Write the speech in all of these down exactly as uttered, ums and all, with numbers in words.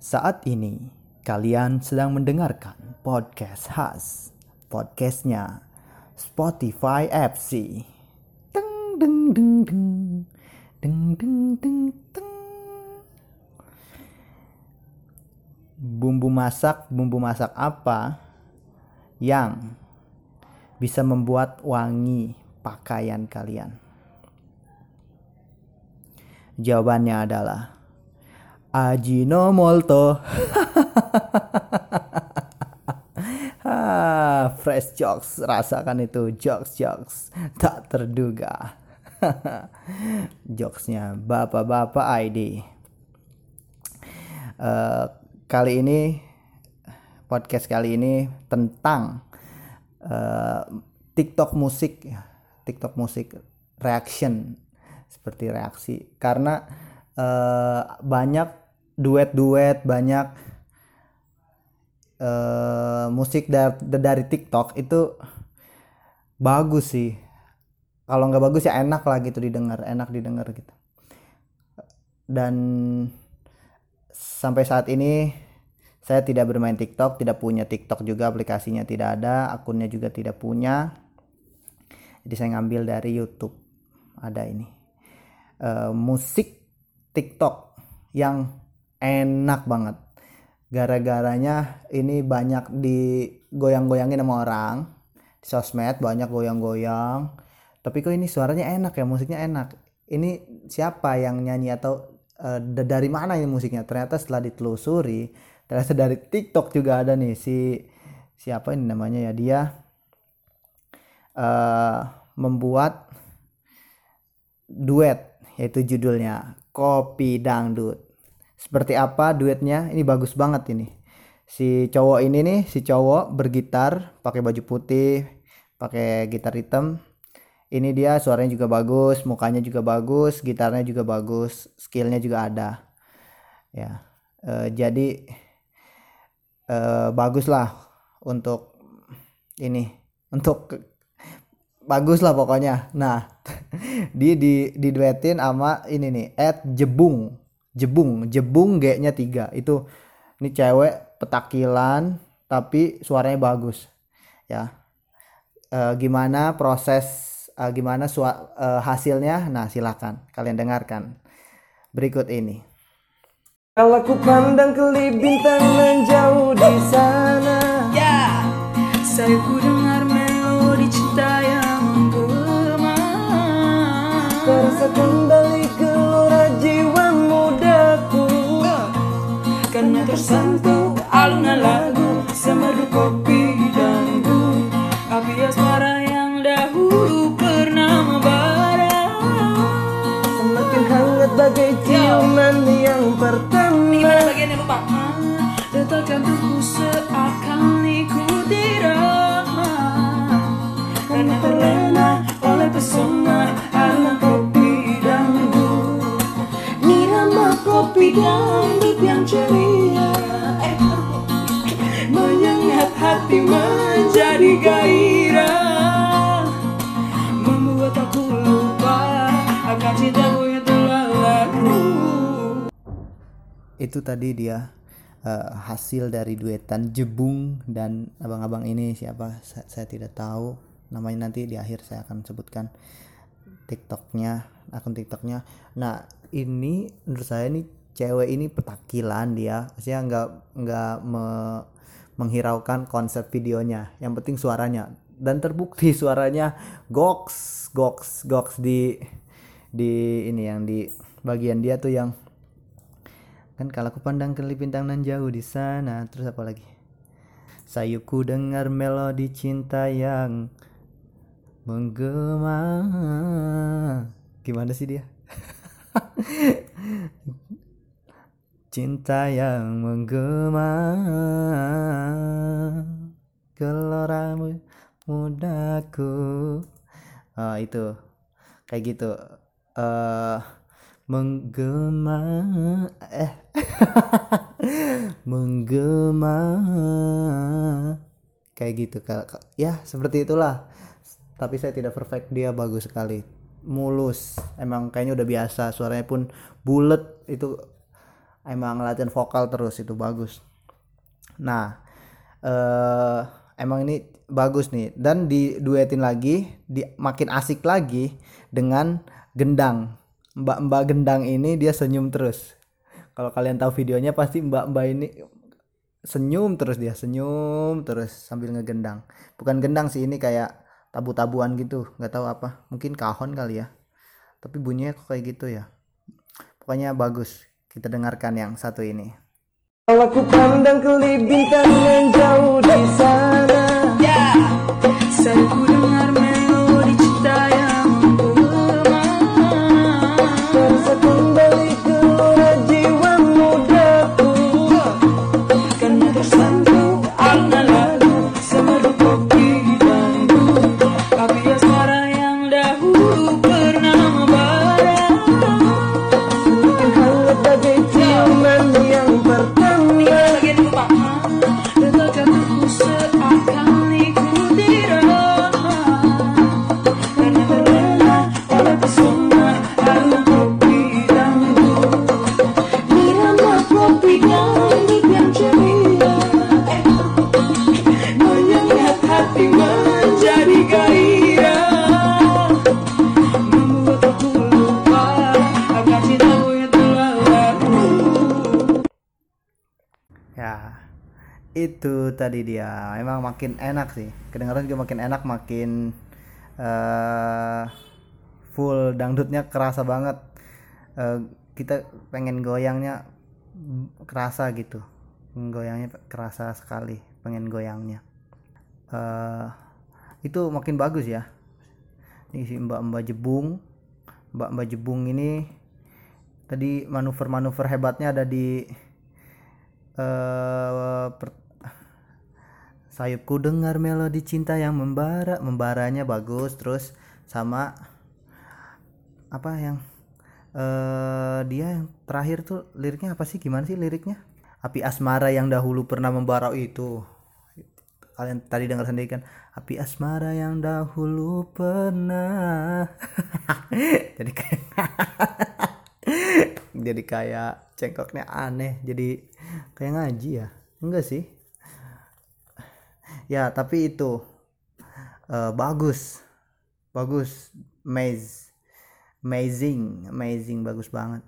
Saat ini kalian sedang mendengarkan podcast khas podcastnya Spotify F C. Teng deng deng deng deng deng deng deng. Bumbu masak, bumbu masak apa yang bisa membuat wangi pakaian kalian? Jawabannya adalah Ajinomoto. Ah, fresh jokes, rasakan itu jokes-jokes tak terduga. Jokesnya bapak-bapak I D. Uh, kali ini podcast kali ini tentang uh, TikTok musik, TikTok musik reaction, seperti reaksi, karena uh, banyak duet-duet, banyak uh, musik dari, dari TikTok itu bagus sih. Kalau nggak bagus ya enak lah gitu didengar, enak didengar gitu. Dan sampai saat ini saya tidak bermain TikTok, tidak punya TikTok juga, aplikasinya tidak ada, akunnya juga tidak punya. Jadi saya ngambil dari YouTube. Ada ini uh, musik TikTok yang enak banget. Gara-garanya ini banyak digoyang-goyangin sama orang di sosmed, banyak goyang-goyang. Tapi kok ini suaranya enak ya, musiknya enak. Ini siapa yang nyanyi atau uh, dari mana ini musiknya? Ternyata setelah ditelusuri, ternyata dari TikTok juga ada nih si siapa ini namanya ya, dia uh, membuat duet, yaitu judulnya Kopi Dangdut. Seperti apa duetnya? Ini bagus banget ini. Si cowok ini nih, si cowok bergitar pakai baju putih, pakai gitar hitam. Ini dia suaranya juga bagus, mukanya juga bagus, gitarnya juga bagus, skillnya juga ada. Ya, e, jadi e, bagus lah untuk ini, untuk bagus lah pokoknya. Nah, di di diduetin sama ini nih, Ed Jebung, Jebung, Jebung G-nya tiga. Itu ini cewek petakilan tapi suaranya bagus. Ya, e, gimana proses Uh, gimana sua, uh, hasilnya? Nah, silakan kalian dengarkan berikut ini. Kalau ku pandang ke bintang menjauh di sana, ya, saya ku dengar melodi cinta yang menggema. terasa kembali gelora jiwa mudaku, Karena tersentuh alunan lagu semerdu kopi dangdut, api asmara yang dahulu pernah membara. semakin hangat bagai ciuman yang pertama. Gimana bagiannya lupa? Detak jantungku seakan ikut irama, karena terlena oleh pesona alunan kopi dangdut. Irama kopi dangdut yang ceria, eh, menyengat hati menjadi gairah, membuat aku lupa akan cintaku yang telah lalu. Itu tadi dia uh, hasil dari duetan Jebung dan abang-abang ini siapa, saya, saya tidak tahu namanya, nanti di akhir saya akan sebutkan TikToknya, akun TikToknya. Nah, ini menurut saya nih cewek ini petakilan dia, maksudnya nggak nggak me, menghiraukan konsep videonya, yang penting suaranya, dan terbukti suaranya goks goks goks di di ini yang di bagian dia tuh yang kan, kalau aku pandang ke bintang nan jauh di sana, terus apa lagi? Sayuku dengar melodi cinta yang menggema. Gimana sih dia? Cinta yang menggema, gelora mudaku. Oh, itu kayak gitu. Uh, menggema eh menggema kayak gitu, ya seperti itulah. Tapi saya tidak perfect, dia bagus sekali, mulus, emang kayaknya udah biasa, suaranya pun bulet. Itu emang latihan vokal terus, itu bagus. Nah, eh emang ini bagus nih, dan diduetin lagi, di makin asik lagi dengan gendang. Mbak-mbak gendang ini dia senyum terus. Kalau kalian tahu videonya pasti mbak-mbak ini senyum terus, dia senyum terus sambil ngegendang. Bukan gendang sih, ini kayak tabu-tabuan gitu, nggak tahu apa, mungkin kahon kali ya, tapi bunyinya kok kayak gitu ya. Pokoknya bagus. Kita dengarkan yang satu ini. Kalau ku pandang ke bintang menjauh di sana, Saya ku dengar melodi cinta yang menggema. terasa kembali gelora jiwa mudaku. Karena tersentuh alun lalu semeru kopi dangdut, api asmara yang dahulu pernah membara. Mungkin hangat bagai ciuman yang pertama. Bagian lupakan detak jantungku seakan ikut irama. Karena terlena oleh pesona harum kopi dangdut, irama kopi dangdut yang ceria, menyengat hati menjadi gairah, membuat aku lupa akan cintamu yang telah lalu. Ya, itu tadi dia. Emang makin enak sih. Kedengaran juga makin enak, makin eh full dangdutnya kerasa banget. Eh, kita pengen goyangnya mm, kerasa gitu. Goyangnya kerasa sekali, pengen goyangnya. Eh itu makin bagus ya. Ini si Mbak-mbak Jebung. Mbak-mbak Jebung ini tadi manuver-manuver hebatnya ada di eh per- sayupku dengar melodi cinta yang membara. Membaranya bagus, terus sama apa yang eh dia yang terakhir tuh liriknya apa sih, gimana sih liriknya? Api asmara yang dahulu pernah membara, itu kalian tadi dengar sendiri kan, api asmara yang dahulu pernah. Jadi kayak jadi kayak cengkoknya aneh, jadi kayak ngaji ya, enggak sih ya, tapi itu eh, bagus bagus Maze amazing amazing bagus banget.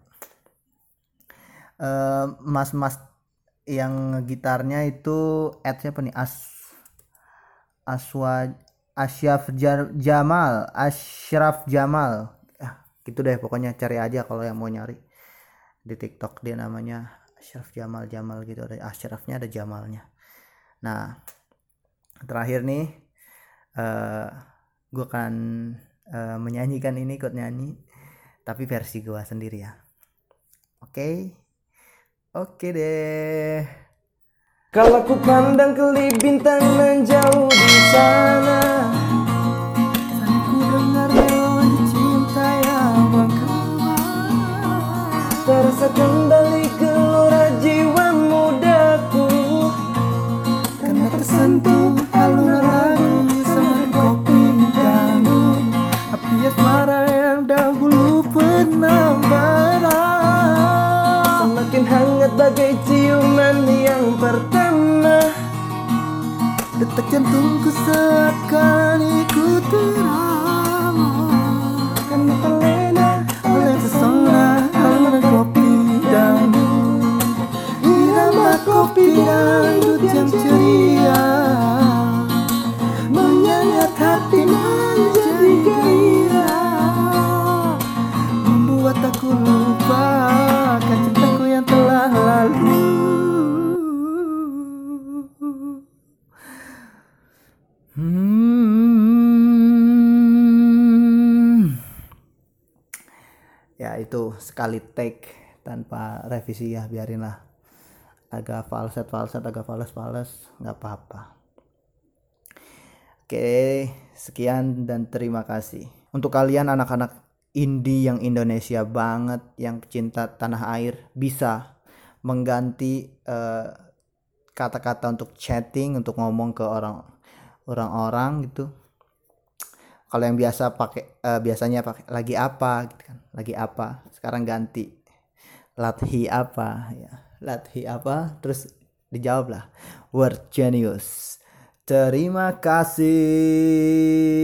Eh, mas-mas yang gitarnya itu Ed siapa nih, As Aswa Ashraf Jar- Jamal Ashraf Jamal, ah, gitu deh pokoknya, cari aja kalau yang mau nyari di TikTok, dia namanya Ashraf Jamal Jamal gitu, ada Ashrafnya ada Jamalnya. Nah, terakhir nih eh gue akan eh, menyanyikan ini, ikut nyanyi tapi versi gue sendiri ya. Oke, oke deh. Kalau ku pandang ke bintang menjauh di sana, Ku dengar melodi cinta yang menggema. terasa kembali gelora jiwa mudaku. Karena tersentuh alun lagu semeru kopi dangdut, api asmara yang dahulu pernah bara. Semakin hangat bagai ciuman yang pertama. Detak jantungku seakan ikut irama, Karena terlena oleh pesona alunan kopi dangdut, irama kopi dangdut yang ceria, menyengat hati menjadi gairah, membuat aku lupa akan cintaku yang telah lalu. Hmm. Ya itu sekali take tanpa revisi ya, biarin lah. Agak falset falset agak fals fals nggak apa-apa. Oke, sekian dan terima kasih untuk kalian anak-anak indie yang Indonesia banget, yang pecinta tanah air, bisa mengganti eh, kata-kata untuk chatting, untuk ngomong ke orang orang-orang gitu. Kalau yang biasa pakai eh, biasanya pakai lagi apa gitu kan, lagi apa, sekarang ganti Lathi apa ya? Lathi apa? Terus dijawab lah, word genius. Terima kasih.